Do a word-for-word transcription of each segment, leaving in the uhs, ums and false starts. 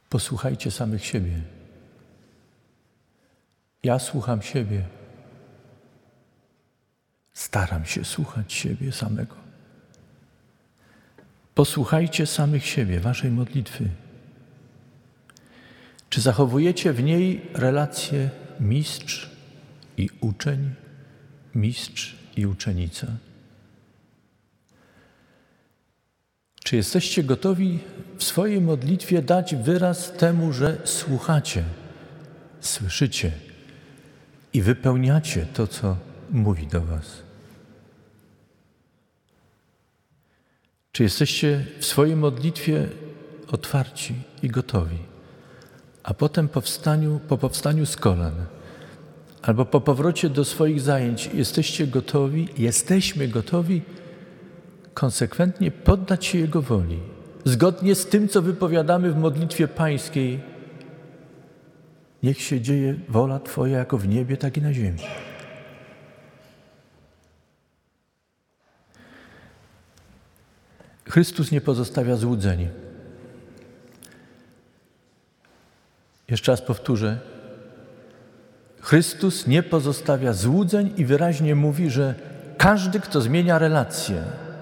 Posłuchajcie samych siebie. Ja słucham siebie. Staram się słuchać siebie samego. Posłuchajcie samych siebie, waszej modlitwy. Czy zachowujecie w niej relację mistrz i uczeń, mistrz i uczennica? Czy jesteście gotowi w swojej modlitwie dać wyraz temu, że słuchacie, słyszycie i wypełniacie to, co mówi do was? Czy jesteście w swojej modlitwie otwarci i gotowi, a potem po powstaniu, po powstaniu z kolan albo po powrocie do swoich zajęć jesteście gotowi, jesteśmy gotowi konsekwentnie poddać się Jego woli, zgodnie z tym, co wypowiadamy w modlitwie pańskiej. Niech się dzieje wola Twoja jako w niebie, tak i na ziemi. Chrystus nie pozostawia złudzeń. Jeszcze raz powtórzę. Chrystus nie pozostawia złudzeń i wyraźnie mówi, że każdy, kto zmienia relacje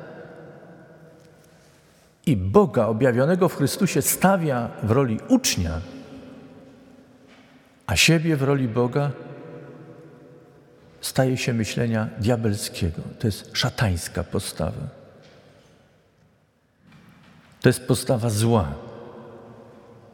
i Boga objawionego w Chrystusie stawia w roli ucznia, a siebie w roli Boga, staje się myślenia diabelskiego. To jest szatańska postawa. To jest postawa zła.